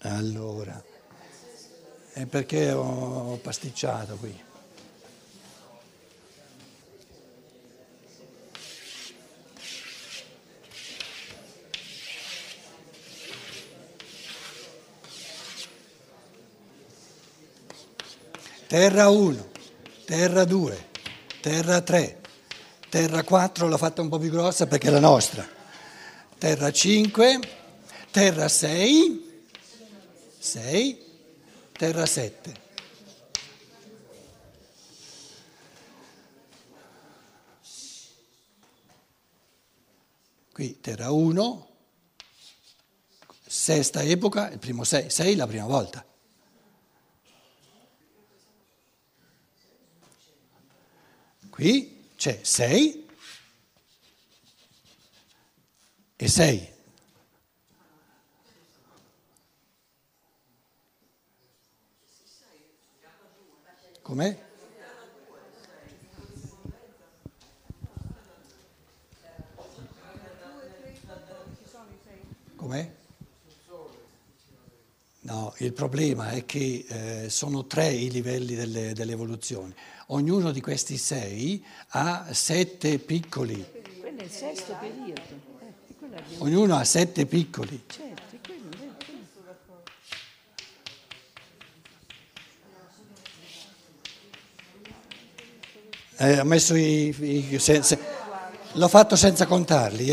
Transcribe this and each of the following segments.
Allora, è perché ho pasticciato qui. Terra 1, terra 2, terra 3, terra 4 l'ho fatta un po' più grossa perché è la nostra, terra 5, terra 6, terra 7. Qui terra 1, sesta epoca, il primo 6 la prima volta. Qui c'è 6 e 6. Com'è? Com'è? No, il problema è che sono 3 i livelli dell'evoluzione. Ognuno di questi 6 ha 7 piccoli. Quello è il sesto periodo. Ognuno ha 7 piccoli. Certo, quello Ho messo l'ho fatto senza contarli,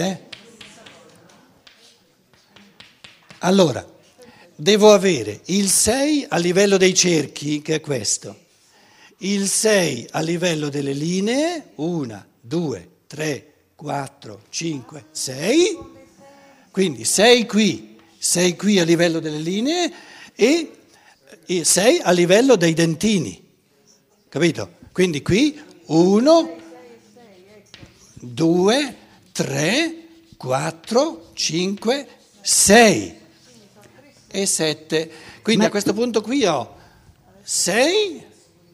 Allora, devo avere il 6 a livello dei cerchi, che è questo, il 6 a livello delle linee, 1, 2, 3, 4, 5, 6, quindi 6 qui a livello delle linee e 6 a livello dei dentini, capito? Quindi qui 1, 2, 3, 4, 5, 6 e 7. Quindi a questo punto qui ho 6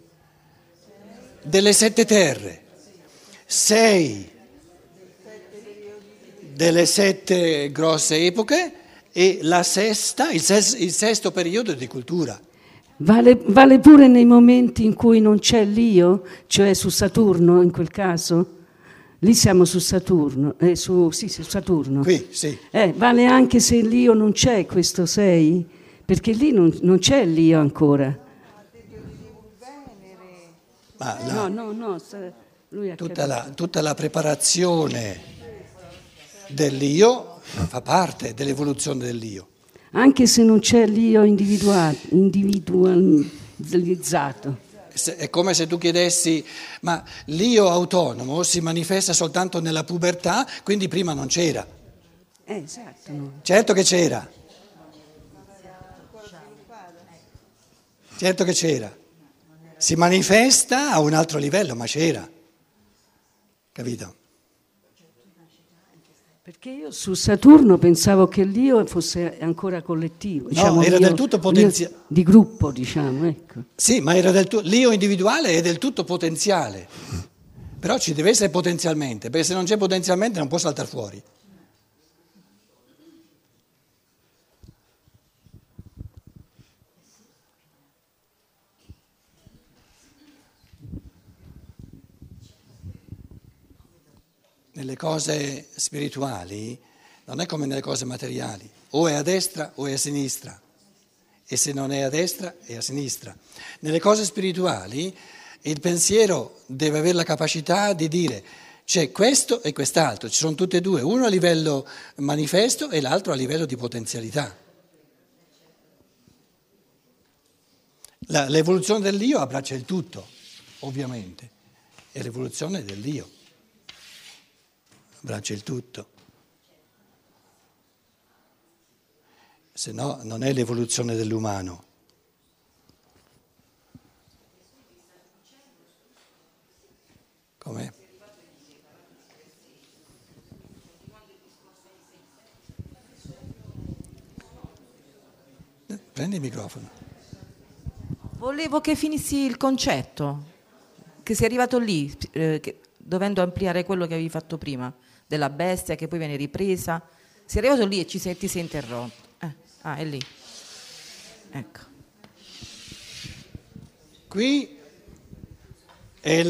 delle 7 terre, 6 delle 7 grosse epoche e la sesta, il sesto periodo di cultura. Vale pure nei momenti in cui non c'è l'io, cioè su Saturno in quel caso? Lì siamo su Saturno, su Saturno. Qui, sì. Vale anche se l'io non c'è, questo 6? Perché lì non c'è l'io ancora. Ma No, lui ha tutta la preparazione dell'io fa parte dell'evoluzione dell'io. Anche se non c'è l'io individualizzato. È come se tu chiedessi, ma l'io autonomo si manifesta soltanto nella pubertà, quindi prima non c'era. Esatto. No. Certo che c'era. Certo che c'era. Si manifesta a un altro livello, ma c'era. Capito? Perché io su Saturno pensavo che l'io fosse ancora collettivo. No, era del tutto potenziale. Di gruppo, diciamo, ecco. Sì, ma era l'io individuale è del tutto potenziale. Però ci deve essere potenzialmente, perché se non c'è potenzialmente non può saltare fuori. Nelle cose spirituali non è come nelle cose materiali, o è a destra o è a sinistra, e se non è a destra è a sinistra. Nelle cose spirituali il pensiero deve avere la capacità di dire c'è questo e quest'altro, ci sono tutte e due, uno a livello manifesto e l'altro a livello di potenzialità. L'evoluzione dell'io abbraccia il tutto, ovviamente, è l'evoluzione dell'io. Abbraccia il tutto, se no non è l'evoluzione dell'umano. Com'è? Prendi il microfono. Volevo che finissi il concetto, che sei arrivato lì, dovendo ampliare quello che avevi fatto prima, della bestia che poi viene ripresa. Sei arrivato lì e ti sei interrotto. È lì. Ecco. Qui è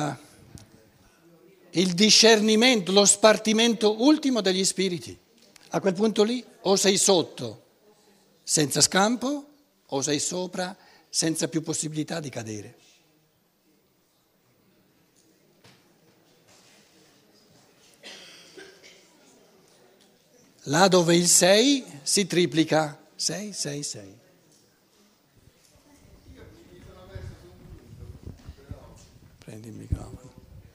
il discernimento, lo spartimento ultimo degli spiriti. A quel punto lì o sei sotto senza scampo o sei sopra senza più possibilità di cadere. Là dove il 6 si triplica, 6, 6, 6. Prendi il microfono.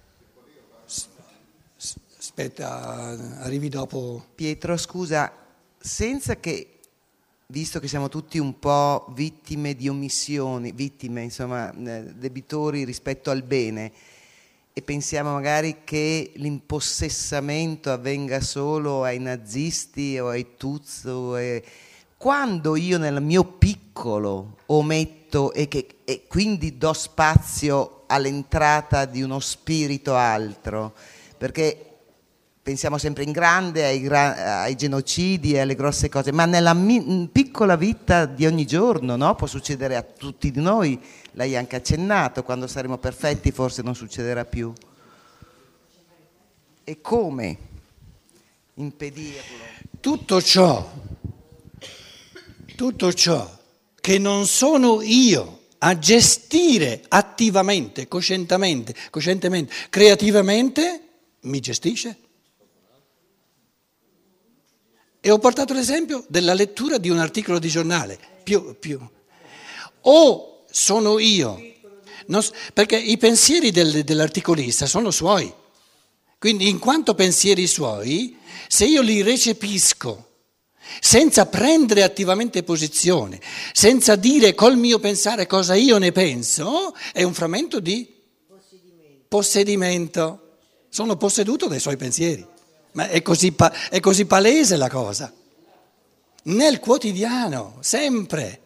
Aspetta, arrivi dopo. Pietro, scusa, senza che, visto che siamo tutti un po' vittime di omissioni, debitori rispetto al bene, e pensiamo magari che l'impossessamento avvenga solo ai nazisti o ai Tutsi, quando io nel mio piccolo ometto e quindi do spazio all'entrata di uno spirito altro, perché pensiamo sempre in grande ai genocidi e alle grosse cose, ma nella piccola vita di ogni giorno, no? Può succedere a tutti di noi. Lei ha anche accennato, quando saremo perfetti forse non succederà più. E come impedirlo? Tutto ciò che non sono io a gestire attivamente, coscientemente, creativamente, mi gestisce. E ho portato l'esempio della lettura di un articolo di giornale. O sono io, perché i pensieri dell'articolista sono suoi. Quindi in quanto pensieri suoi, se io li recepisco senza prendere attivamente posizione, senza dire col mio pensare cosa io ne penso, è un frammento di possedimento. Sono posseduto dai suoi pensieri. Ma è così palese la cosa. Nel quotidiano, sempre.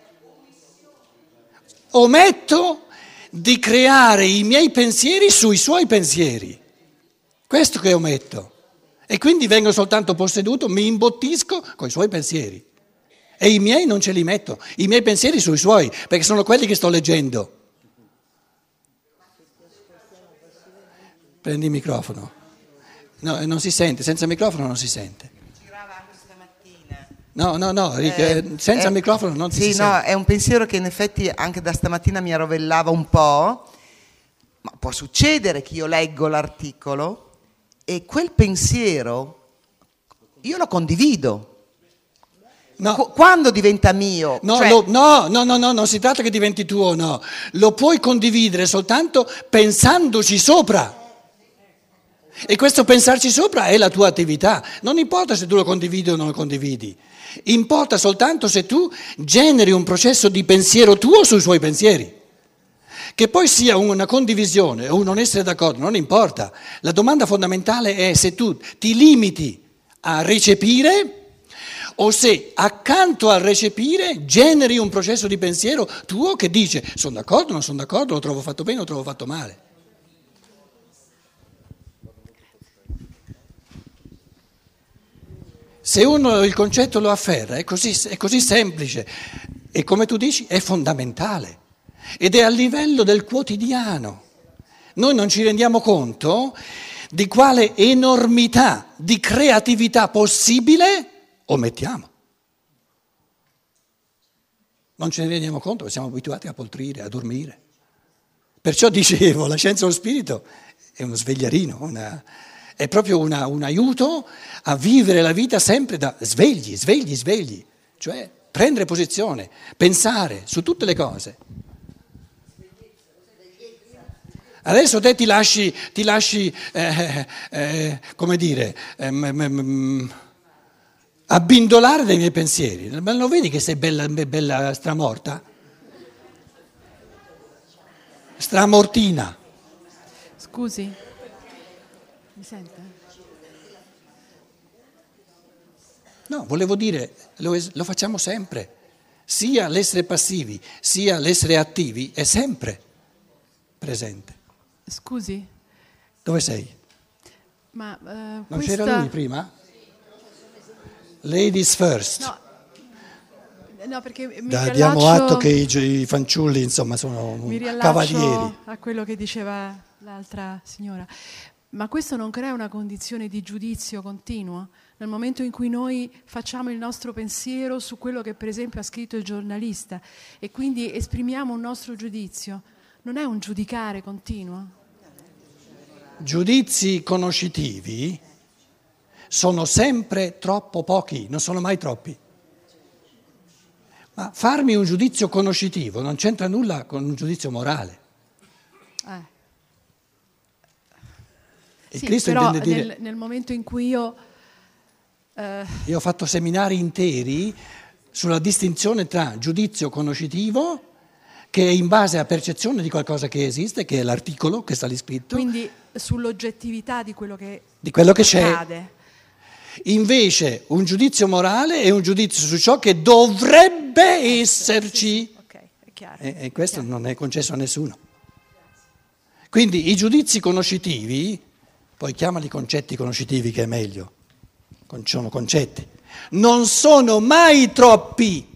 Ometto di creare i miei pensieri sui suoi pensieri. Questo che ometto. E quindi vengo soltanto posseduto, mi imbottisco con i suoi pensieri. E i miei non ce li metto, i miei pensieri sui suoi, perché sono quelli che sto leggendo. Prendi il microfono. No, non si sente, senza microfono non si sente. Girava anche stamattina. No, senza microfono non si sente. Sì, no, è un pensiero che in effetti anche da stamattina mi rovellava un po', ma può succedere che io leggo l'articolo e quel pensiero io lo condivido. No. Quando diventa mio? No, cioè... no, non si tratta che diventi tuo o no, lo puoi condividere soltanto pensandoci sopra. E questo pensarci sopra è la tua attività, non importa se tu lo condividi o non lo condividi, importa soltanto se tu generi un processo di pensiero tuo sui suoi pensieri. Che poi sia una condivisione o un non essere d'accordo, non importa. La domanda fondamentale è se tu ti limiti a recepire o se accanto al recepire generi un processo di pensiero tuo che dice sono d'accordo, non sono d'accordo, lo trovo fatto bene, lo trovo fatto male. Se uno il concetto lo afferra, è così semplice e come tu dici è fondamentale ed è a livello del quotidiano. Noi non ci rendiamo conto di quale enormità di creatività possibile omettiamo. Non ce ne rendiamo conto perché siamo abituati a poltrire, a dormire. Perciò dicevo, la scienza dello spirito è uno svegliarino, è proprio un aiuto a vivere la vita sempre da svegli, cioè prendere posizione, pensare su tutte le cose. Adesso te ti lasci come dire, abbindolare dai miei pensieri, ma lo vedi che sei bella stramorta? Stramortina. Scusi, mi sente? No, volevo dire, lo facciamo sempre, sia l'essere passivi, sia l'essere attivi è sempre presente. Scusi, Dove sei? ma Non c'era lui prima? Ladies first. No, No, perché mi Diamo riallaccio, atto che i fanciulli, insomma, sono mi riallaccio cavalieri. a quello che diceva l'altra signora. Ma questo non crea una condizione di giudizio continuo? Nel momento in cui noi facciamo il nostro pensiero su quello che per esempio ha scritto il giornalista e quindi esprimiamo un nostro giudizio, non è un giudicare continuo? Giudizi conoscitivi sono sempre troppo pochi, non sono mai troppi. Ma farmi un giudizio conoscitivo non c'entra nulla con un giudizio morale. E Sì, Cristo però intende dire... nel momento in cui io... Io ho fatto seminari interi sulla distinzione tra giudizio conoscitivo, che è in base a percezione di qualcosa che esiste, che è l'articolo che sta lì scritto, Quindi sull'oggettività di quello che c'è. accade. Invece un giudizio morale è un giudizio su ciò che dovrebbe esserci. Ok, è chiaro. E questo non è concesso a nessuno. Quindi i giudizi conoscitivi, poi chiamali concetti conoscitivi che è meglio, sono concetti, non sono mai troppi.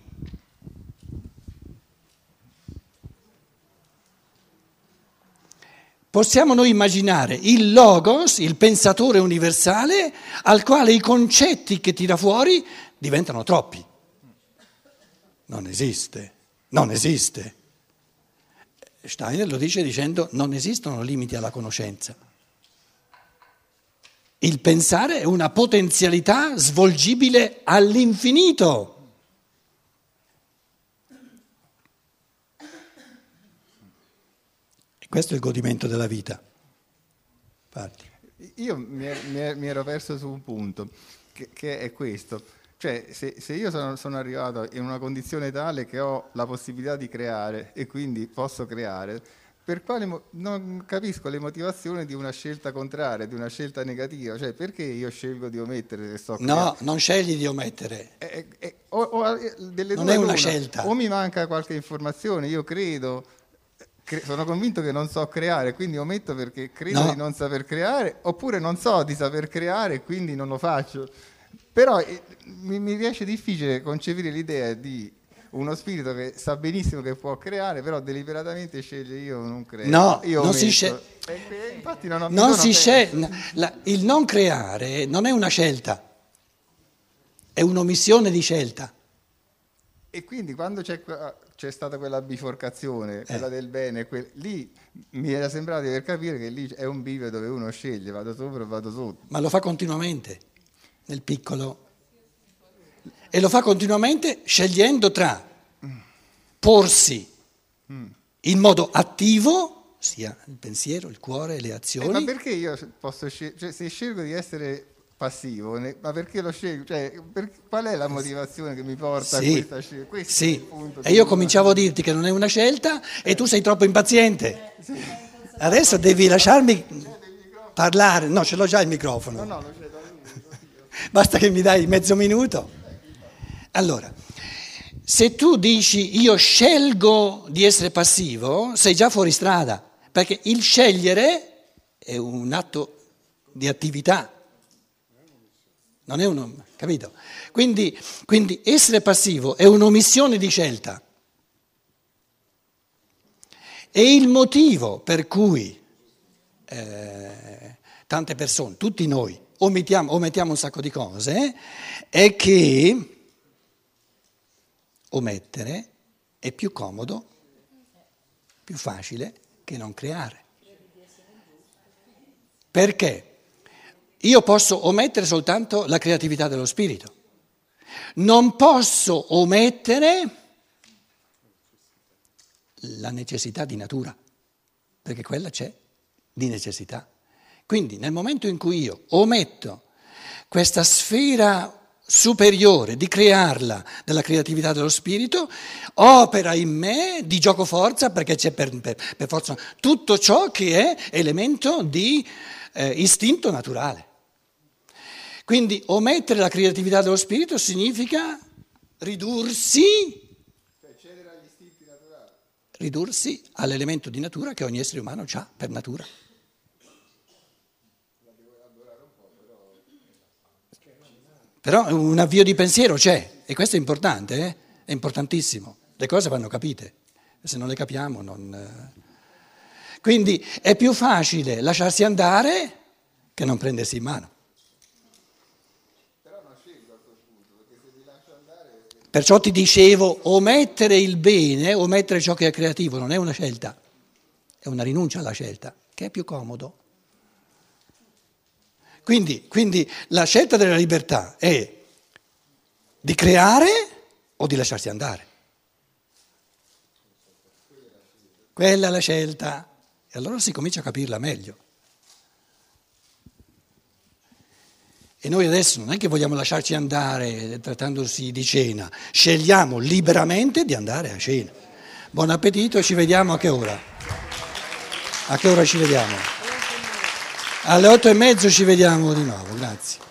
Possiamo noi immaginare il logos, il pensatore universale, al quale i concetti che tira fuori diventano troppi. Non esiste, non esiste. Steiner lo dice dicendo non esistono limiti alla conoscenza. Il pensare è una potenzialità svolgibile all'infinito. E questo è il godimento della vita. Infatti. Io mi ero perso su un punto, che è questo. Cioè, se io sono arrivato in una condizione tale che ho la possibilità di creare e quindi posso creare, per quale non capisco le motivazioni di una scelta contraria, di una scelta negativa. Cioè, perché io scelgo di omettere se sto creando? No, non scegli di omettere. Delle Non due è una l'una. scelta. O mi manca qualche informazione, io credo, sono convinto che non so creare, quindi ometto perché credo No. di non saper creare, oppure non so di saper creare e quindi non lo faccio. Però mi riesce difficile concepire l'idea di uno spirito che sa benissimo che può creare, però deliberatamente sceglie io non creo. No, io non si ometto. Infatti il non creare non è una scelta, è un'omissione di scelta. E quindi quando c'è stata quella biforcazione, quella del bene, lì mi era sembrato di aver capito che lì è un bivio dove uno sceglie, vado sopra o vado sotto. Ma lo fa continuamente, nel piccolo. E lo fa continuamente scegliendo tra porsi in modo attivo, sia il pensiero, il cuore, le azioni. Ma perché io posso scegliere, cioè, se scelgo di essere passivo, ma perché lo scelgo? Cioè, qual è la motivazione che mi porta a questa scelta? Questo è il punto E io cominciavo a dirti che non è una scelta e tu sei troppo impaziente. Adesso devi lasciarmi parlare. No, ce l'ho già il microfono. No, lo cedo a lui. Basta che mi dai mezzo minuto. Allora, se tu dici io scelgo di essere passivo, sei già fuori strada, perché il scegliere è un atto di attività, non è uno, capito? Quindi essere passivo è un'omissione di scelta. E il motivo per cui tante persone, tutti noi, omettiamo un sacco di cose, è che omettere è più comodo, più facile che non creare. Perché? Io posso omettere soltanto la creatività dello spirito. Non posso omettere la necessità di natura, perché quella c'è di necessità. Quindi nel momento in cui io ometto questa sfera superiore di crearla della creatività dello spirito, opera in me di giocoforza, perché c'è per forza tutto ciò che è elemento di istinto naturale. Quindi omettere la creatività dello spirito significa ridursi all'elemento di natura che ogni essere umano ha per natura. Però un avvio di pensiero c'è, e questo è importante, è importantissimo, le cose vanno capite, se non le capiamo non... Quindi è più facile lasciarsi andare che non prendersi in mano. Perciò ti dicevo, omettere il bene, omettere ciò che è creativo, non è una scelta, è una rinuncia alla scelta, che è più comodo. Quindi la scelta della libertà è di creare o di lasciarsi andare. Quella è la scelta. E allora si comincia a capirla meglio. E noi adesso non è che vogliamo lasciarci andare trattandosi di cena, scegliamo liberamente di andare a cena. Buon appetito e ci vediamo a che ora? A che ora ci vediamo? Alle 8:30 ci vediamo di nuovo, grazie.